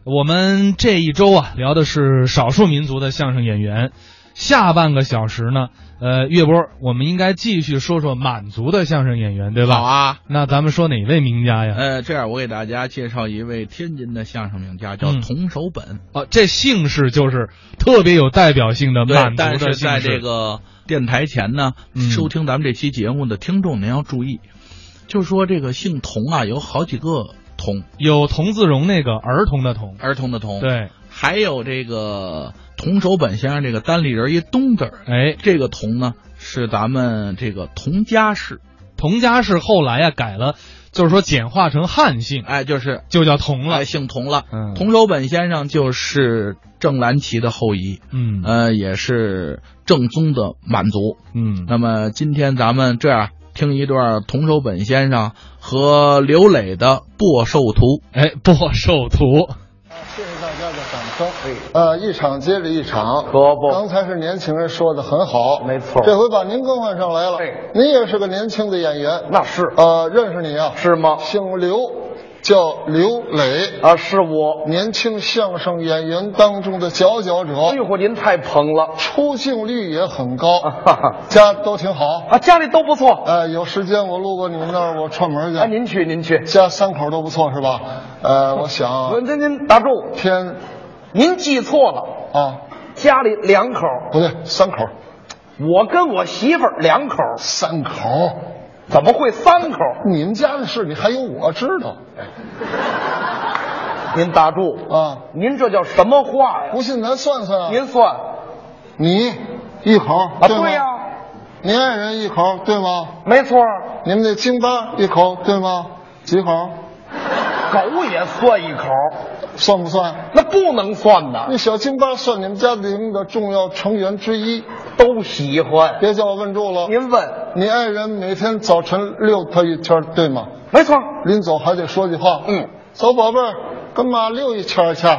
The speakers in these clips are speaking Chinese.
我们这一周啊聊的是少数民族的相声演员，下半个小时呢，岳波，我们应该继续说说满族的相声演员，对吧？ 好啊， 那咱们说哪位名家呀？ 这样我给大家介绍一位天津的相声名家，叫童守本。 这姓氏就是特别有代表性的满族的姓氏。 但是在这个电台前呢，收听咱们这期节目的听众您要注意，就说这个姓童啊，有好几个童， 有童自荣那个儿童的童， 儿童的童， 对， 还有这个童守本先生这个单立人一东字儿，这个童呢是咱们这个童家氏， 童家氏后来改了，就是说简化成汉姓， 就叫童了， 姓童了。童守本先生就是郑蓝旗的后裔，也是正宗的满族，那么今天咱们这样听一段童守本先生和刘磊的《播寿图》。 播寿图。 谢谢大家的掌声。一场接着一场。 可不， 刚才是年轻人说的很好， 没错。 这回把您更换上来了。您也是个年轻的演员。 那是。 认识你啊？ 是吗？ 姓刘，叫刘磊啊，是我。 年轻相声演员当中的佼佼者。 哎呦，您太捧了， 出镜率也很高。家都挺好啊，家里都不错。 有时间我路过你们那儿，我串门去。 您去，您去。 家3口都不错是吧？我想。 您打住。 您记错了啊， 家里2口。 不对，3口。 我跟我媳妇儿2口。 3口。 怎么会3口？ 你们家的事你还有我知道。 您打住啊！ 您这叫什么话呀？ 不信咱算算啊！ 您算， 你1口啊？对呀。 你爱人1口对吗？ 没错。 你们那京巴1口对吗？几口？ 狗也算1口， 算不算？ 那不能算的。 那小京巴算你们家庭的重要成员之一， 都喜欢。 别叫我问住了。 您问。 你爱人每天早晨遛他一圈，对吗？ 没错。 临走还得说句话。走，宝贝儿，跟妈溜一圈去。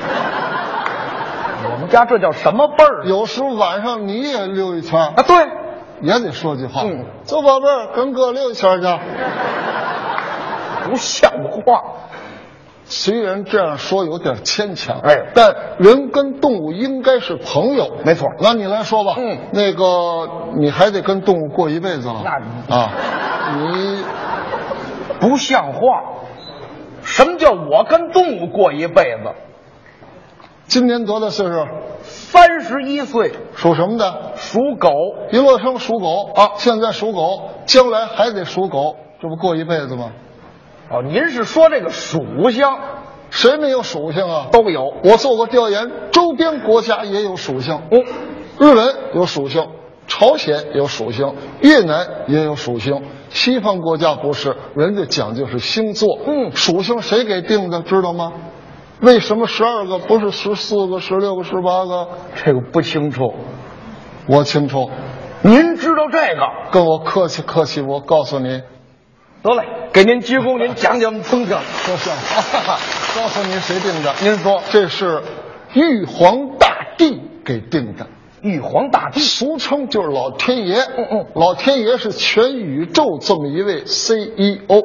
我们家这叫什么辈儿？ 有时候晚上你也溜一圈啊，对， 也得说句话。走，宝贝儿，跟哥溜一圈去。 不像话。 虽然这样说有点牵强，但人跟动物应该是朋友。 没错。 那你来说吧。那个你还得跟动物过一辈子了。你不像话。什么叫我跟动物过一辈子？ 今年多大岁数 ？31岁。 属什么的？ 属狗。 一落生属狗啊，现在属狗，将来还得属狗，这不过一辈子吗？ 您是说这个属相？ 谁没有属性啊？ 都有。 我做过调研，周边国家也有属性。日本有属性，朝鲜有属性，越南也有属性。西方国家不是，人家讲究是星座。属性谁给定的？知道吗？为什么12个不是14个、16个、18个？ 这个不清楚。 我清楚。 您知道这个？ 跟我客气客气，我告诉你。 得嘞，给您鞠躬，您讲讲风声。 说相声。告诉您谁定的？ 您说。 这是玉皇大帝给定的。 玉皇大帝俗称就是老天爷。老天爷是全宇宙这么一位 CEO。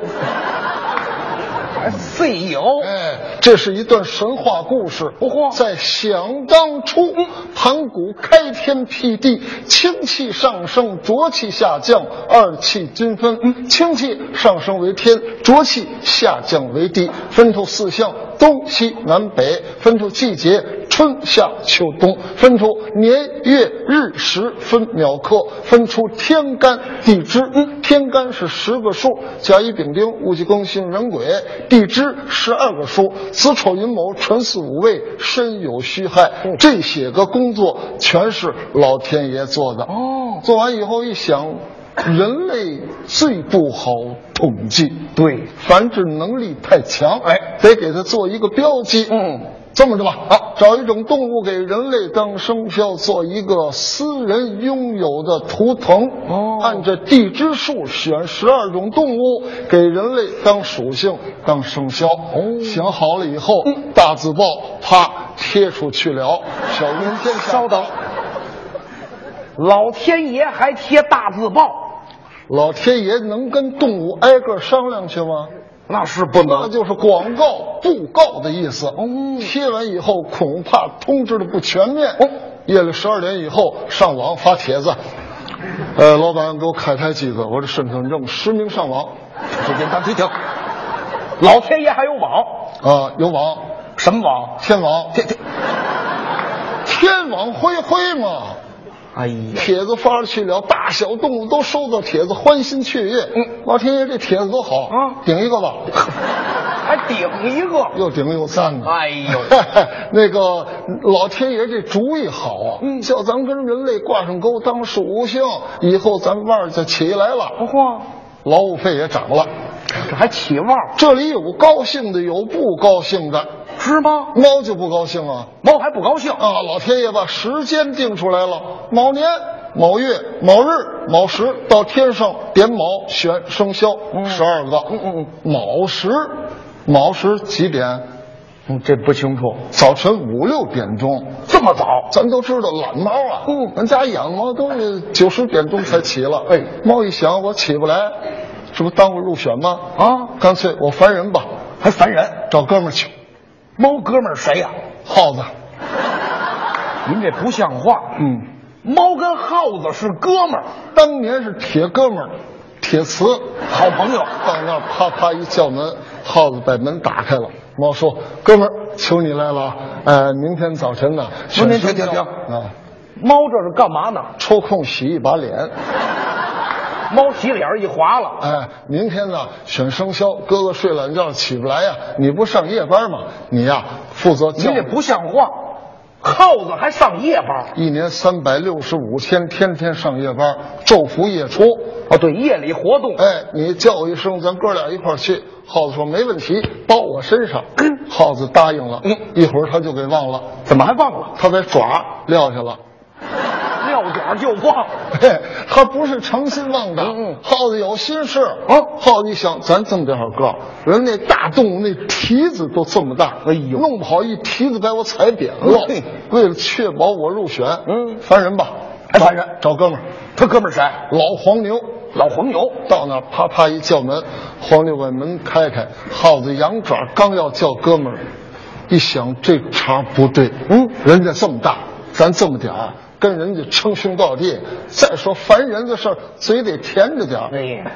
CEO。 这是一段神话故事。在想当初，盘古开天辟地，清气上升，浊气下降，2气均分。清气上升为天，浊气下降为地，分出4象，东西南北，分出季节，春夏秋冬，分出年月日时，分秒刻，分出天干地支。天干是10个数，甲乙丙丁戊己庚辛壬癸；地支12个数，子丑寅卯辰巳午未申酉戌亥。这些个工作全是老天爷做的。做完以后一想，人类最不好统计， 对， 繁殖能力太强，得给它做一个标记。这么着吧，找一种动物给人类当生肖，做一个私人拥有的图腾。按照地支数选12种动物给人类当属性当生肖。想好了以后，大字报啪贴出去了。小云天下。 稍等，老天爷还贴大字报？ 老天爷能跟动物挨个商量去吗？ 那是不能， 那就是广告布告的意思。贴完以后恐怕通知的不全面。夜里12点以后上网发帖子，老板给我开台机子，我这身份证实名上网。 停，老天爷还有网啊？有网？ 什么网？ 天网。天网恢恢嘛。 哎呀， 帖子发出去了，大小动物都收到帖子，欢欣雀跃。老天爷这帖子多好啊！顶一个吧， 还顶一个， 又顶又赞呢。 哎呦， 那个老天爷这主意好啊！叫咱跟人类挂上钩，当属性，以后咱腕儿就起来了。劳务费也涨了， 这还起腕？ 这里有高兴的，有不高兴的。 是吗？ 猫就不高兴啊！ 猫还不高兴啊！老天爷把时间定出来了，某年某月某日某时到天上点卯选生肖12个。卯时几点？ 这不清楚。 早晨5、6点钟。 这么早？ 咱都知道懒猫啊。咱家养猫都是9、10点钟才起了。猫一想我起不来，这不耽误入选吗？干脆我烦人吧。 还烦人？ 找哥们儿去。 猫哥们儿谁呀？ 耗子。 您这不像话。猫跟耗子是哥们儿， 当年是铁哥们儿，铁磁好朋友。 到那儿啪啪一叫门，耗子把门打开了。猫说：“哥们儿，求你来了。明天早晨呢。” 停啊！猫这是干嘛呢？ 抽空洗一把脸。 猫洗脸一划了。 明天呢选生肖，哥哥睡懒觉起不来呀，你不上夜班吗？你呀负责教。 你这不像话，耗子还上夜班 ？1年365天，天天上夜班，昼伏夜出。 对，夜里活动。 你叫我一声，咱哥俩一块儿去。耗子说没问题，包我身上。耗子答应了。一会儿他就给忘了。 怎么还忘了？ 他把爪撂下了。 撂爪就忘。 他不是诚心忘的。耗子有心事。耗子一想，咱这么点个，人那大动物那蹄子都这么大，弄不好一蹄子把我踩扁了。为了确保我入选，烦人吧？ 还烦人？ 找哥们儿。 他哥们儿谁？ 老黄牛。 老黄牛到那儿啪啪一叫门，黄牛把门开开，耗子扬爪刚要叫哥们儿，一想这茬不对。人家这么大，咱这么点儿，跟人家称兄道弟。再说烦人的事儿，嘴得甜着点儿。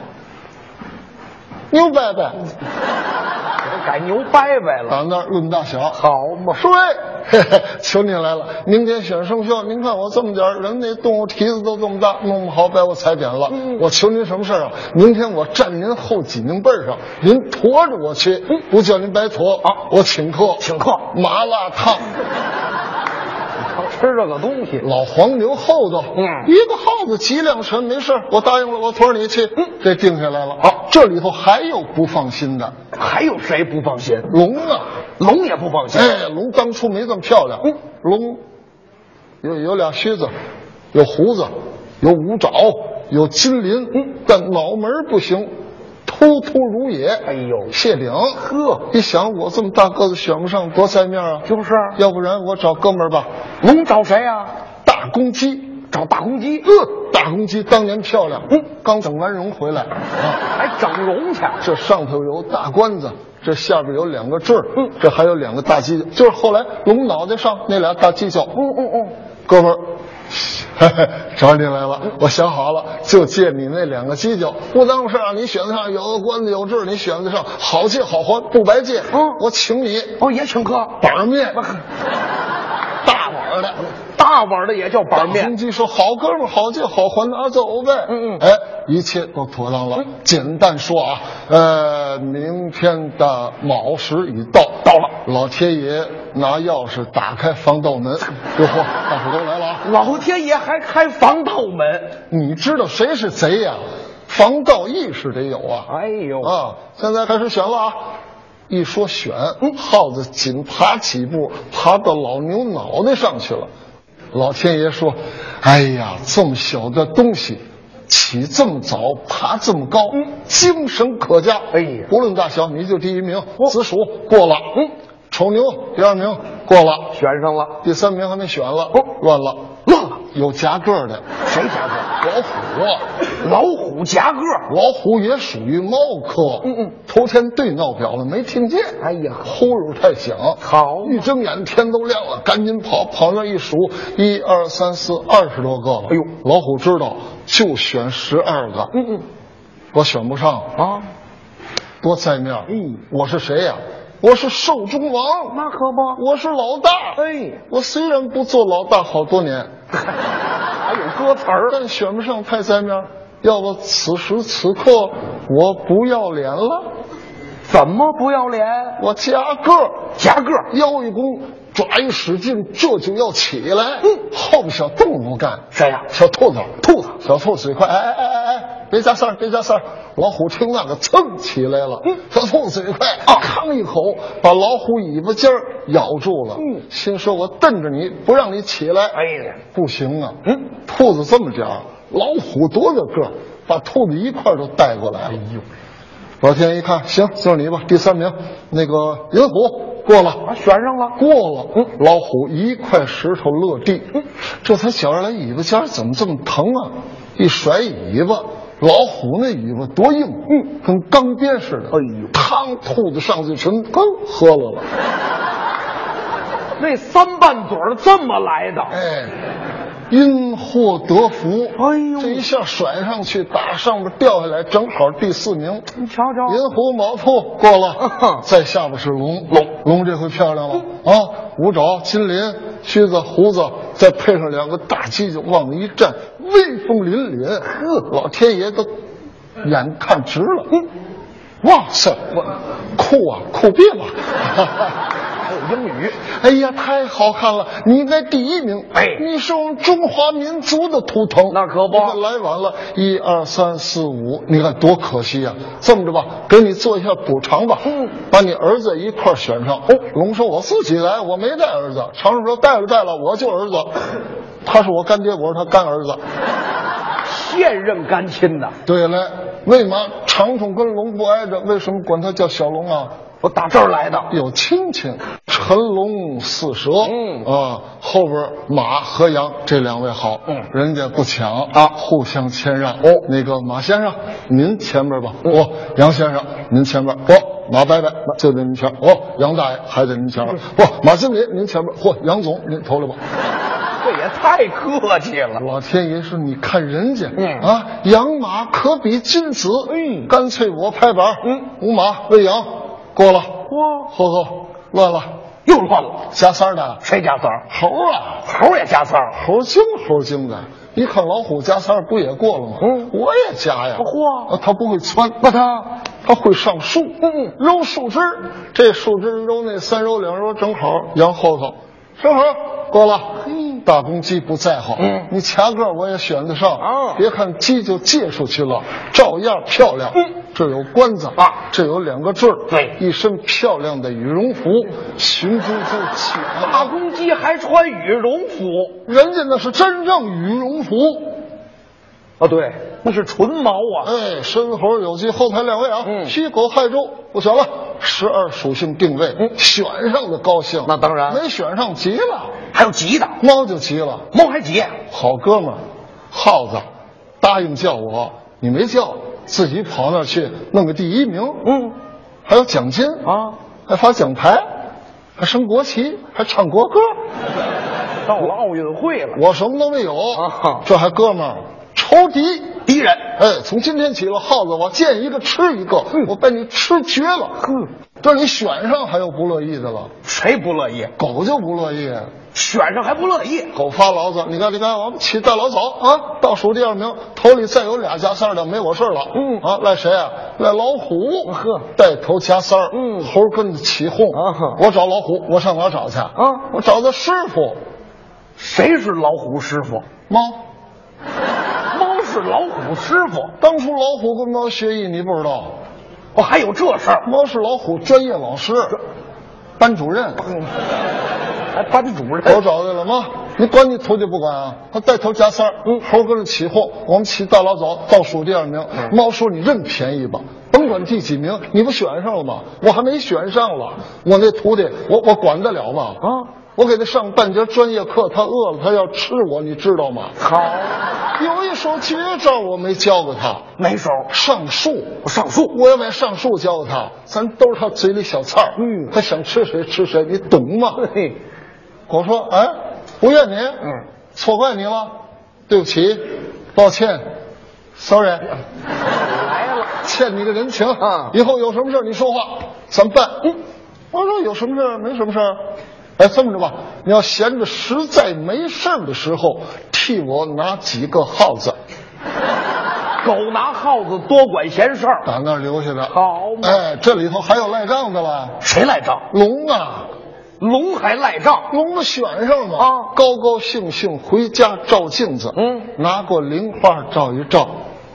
牛伯伯， 改牛伯伯了。 到那儿论大小， 好嘛？ 诸位，求您来了。明天选生肖，您看我这么点儿，人那动物蹄子都这么大，弄不好把我踩扁了。我求您什么事儿啊？明天我站您后脊梁背上，您驮着我去，不叫您白驮啊！我请客，麻辣烫。 吃这个东西， 老黄牛后头，一个耗子几两沉，没事，我答应了，我驮着你去。这定下来了。这里头还有不放心的。 还有谁不放心？ 龙啊， 龙也不放心。 龙当初没这么漂亮。龙有俩须子，有胡子，有五爪，有金鳞，但脑门不行，突突如也。谢顶。一想我这么大个子选不上，多塞面啊！ 就是， 要不然我找哥们儿吧。 龙找谁啊？ 大公鸡。 找大公鸡。 大公鸡当年漂亮。刚整完容回来。 还整容去？ 这上头有大冠子，这下边有2个痣，这还有2个大犄角，就是后来龙脑袋上那俩大犄角。哥们儿。找你来了，我想好了，就借你那2个犄角，不耽误事啊！你选得上，有个官子有志，你选得上，好借好还，不白借。我请你。 也请客。 板面，大碗的， 大碗的也叫板面。 公鸡说：“好哥们儿，好借好还，拿走呗。”一切都妥当了。简单说啊，明天的卯时已到了，老天爷拿钥匙打开防盗门。哟呵，大伙都来了啊！ 老天爷还开防盗门？ 你知道谁是贼呀？防盗意识得有啊！现在开始选了啊！一说选，耗子紧爬几步，爬到老牛脑袋上去了。老天爷说：“哎呀，这么小的东西，起这么早，爬这么高，精神可嘉。不论大小，你就第1名。子鼠过了，丑牛第2名过了， 选上了。 第3名还没选了，乱了。有夹个的。 谁夹个？ 老虎。 虎夹个， 老虎也属于猫科。头天对闹表了，没听见。 哎呀， 呼噜太响， 好， 一睁眼天都亮了，赶紧跑那一数，1、2、3、4，20多个了。 哎呦， 老虎知道就选12个。我选不上啊， 多在面。我是谁呀？我是寿中王。 那可不， 我是老大。 哎， 我虽然不做老大好多年， 还有歌词儿， 但选不上太在面。要不此时此刻我不要脸了。 怎么不要脸？ 我夹个，腰一弓，爪一使劲，这就要起来。后边小动物干， 谁呀？ 小兔子，小兔子嘴快，哎，别加塞儿。老虎听那个蹭起来了，小兔子嘴快，吭一口把老虎尾巴尖儿咬住了。心说我瞪着你不让你起来。 哎呀， 不行啊。兔子这么点儿，老虎多大个儿，把兔子一块儿都带过来了。哎呦，老天一看，行，就是你吧，第3名，那个银虎过了， 选上了， 过了。老虎一块石头落地，这才觉着来尾巴尖怎么这么疼啊！一甩尾巴，老虎那尾巴多硬，跟钢鞭似的。哎呦，汤兔子上嘴唇，喝了。 那3瓣嘴这么来的， 因祸得福。 哎呦， 这一下甩上去，打上面掉下来，正好第4名。 你瞧瞧， 银虎、卯兔过了，再下边是龙这回漂亮了啊！五爪、金鳞、须子、胡子，再配上2个大犄角，往那一站，威风凛凛。老天爷都眼看直了。哇塞，我酷啊，酷毙了！ 还有英语， 哎呀，太好看了！你应该第1名。你是我们中华民族的图腾。 那可不， 你看来晚了，1、2、3、4、5，你看多可惜呀！这么着吧，给你做一下补偿吧。把你儿子一块选上。龙说我自己来，我没带儿子。长寿说带了，我就儿子。他是我干爹，我是他干儿子。 现任干亲的。 对了，为嘛长虫跟龙不挨着？为什么管他叫小龙啊？ 我打这儿来的， 有亲戚，辰龙巳蛇，后边马和羊这2位好，人家不抢啊，互相谦让。那个马先生您前边吧，杨先生您前边，马伯伯就在您前，杨大爷还在您前边，马经理您前边，杨总您头来吧。 这也太客气了。 老天爷说：“你看人家，养马可比金子，干脆我拍板，五马喂羊，过了。呵，乱了， 又乱了， 加3的， 谁加3？ 猴啊， 猴也加3， 猴精的。一看老虎加3不也过了吗？我也加呀。他不会窜，那他会上树，揉树枝，这树枝揉那3揉2揉正好，羊后头。正好过了，大公鸡不在乎，你掐个我也选得上。别看鸡就借出去了，照样漂亮。这有冠子这有2个坠儿， 对， 一身漂亮的羽绒服，雄赳赳气昂昂。 大公鸡还穿羽绒服， 人家那是真正羽绒服。 对，那是纯毛啊！ 身猴有鸡，后台2位啊，虚狗害猪不选了。12属性定位，选上的高兴， 那当然， 没选上急了。 还有急的， 猫就急了， 猫还急。 好哥们儿，耗子答应叫我，你没叫，自己跑那儿去弄个第1名，还有奖金啊，还发奖牌，还升国旗，还唱国歌， 到了奥运会了， 我什么都没有这还哥们儿。仇敌人，从今天起了，耗子我见一个吃一个，我被你吃绝了。这你选上还有不乐意的了？ 谁不乐意？ 狗就不乐意， 选上还不乐意。 狗发牢骚，你看，我们起大老早啊，倒数第2名，头里再有俩加3的，没我事了。赖谁啊？赖老虎。带头加3，猴跟着起哄。我找老虎，我上哪找去？我找他师傅。 谁是老虎师傅？ 猫是老虎师傅。 当初老虎跟猫学艺，你不知道？ 还有这事儿？ 猫是老虎专业老师，班主任。 还班主任？ 我找对了吗？你管你徒弟不管啊？他带头加3，猴跟着起哄，我们起大老早，倒数第2名。猫说你认便宜吧，甭管第几名，你不选上了吗？我还没选上了，我那徒弟我管得了吗？ 我给他上半节专业课，他饿了他要吃我，你知道吗？ 好， 有一手绝招我没教给他， 没手上树， 上树， 我要把上树教给他，咱都是他嘴里小菜他想吃谁吃谁，你懂吗？ 嘿， 我说，哎，不怨你，错怪你了，对不起，抱歉 ，sorry， 来了， 欠你个人情，以后有什么事你说话，咱办。我说有什么事没什么事哎，这么着吧，你要闲着实在没事的时候，替我拿几个耗子。 狗拿耗子多管闲事儿， 打那儿留下的。 好嘛， 哎，这里头还有赖账的了。 谁赖账？ 龙啊， 龙还赖账？ 龙的选上了高高兴兴回家照镜子，拿过零花照一照，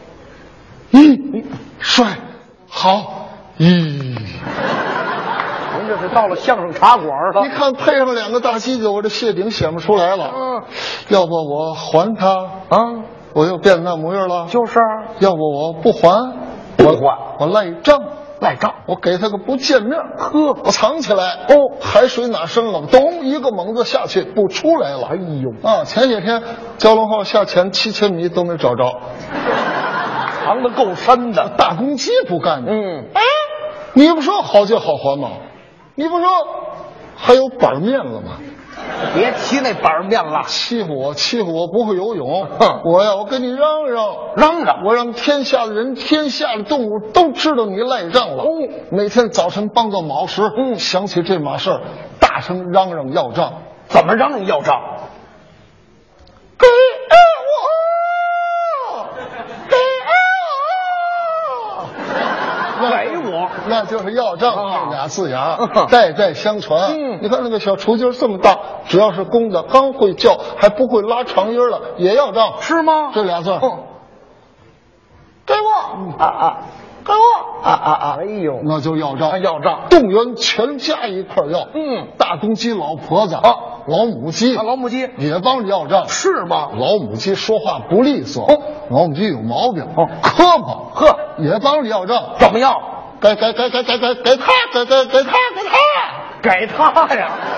帅，好，您这是到了相声茶馆了。 你看配上两个大犄角，我这谢顶显不出来了。要不我还他我又变那模样了。 就是要不我不还，我赖账，我给他个不见面，我藏起来。海水哪深了？咚，一个猛子下去不出来了。哎呦前些天蛟龙号下潜7000米都没找着， 藏得够深的。 大公鸡不干的。你不说好借好还吗？你不说还有板面了吗？ 别提那板面了， 欺负我不会游泳。我跟你嚷嚷，我让天下的人、天下的动物都知道你赖账了。每天早晨帮到卯时，想起这码事儿，大声嚷嚷要账。 怎么嚷嚷要账？ 给我，那就是要账这俩字眼，代代相传。你看那个小雏鸡这么大，只要是公的，刚会叫，还不会拉长音了，也要账， 是吗？ 这俩字，给我给我哎呦， 那就要账，动员全家一块要。大公鸡老婆子老母鸡也帮着要账， 是吗？ 老母鸡说话不利索，老母鸡有毛病，磕巴，也帮着要账。 怎么样？ 给他， 给他呀！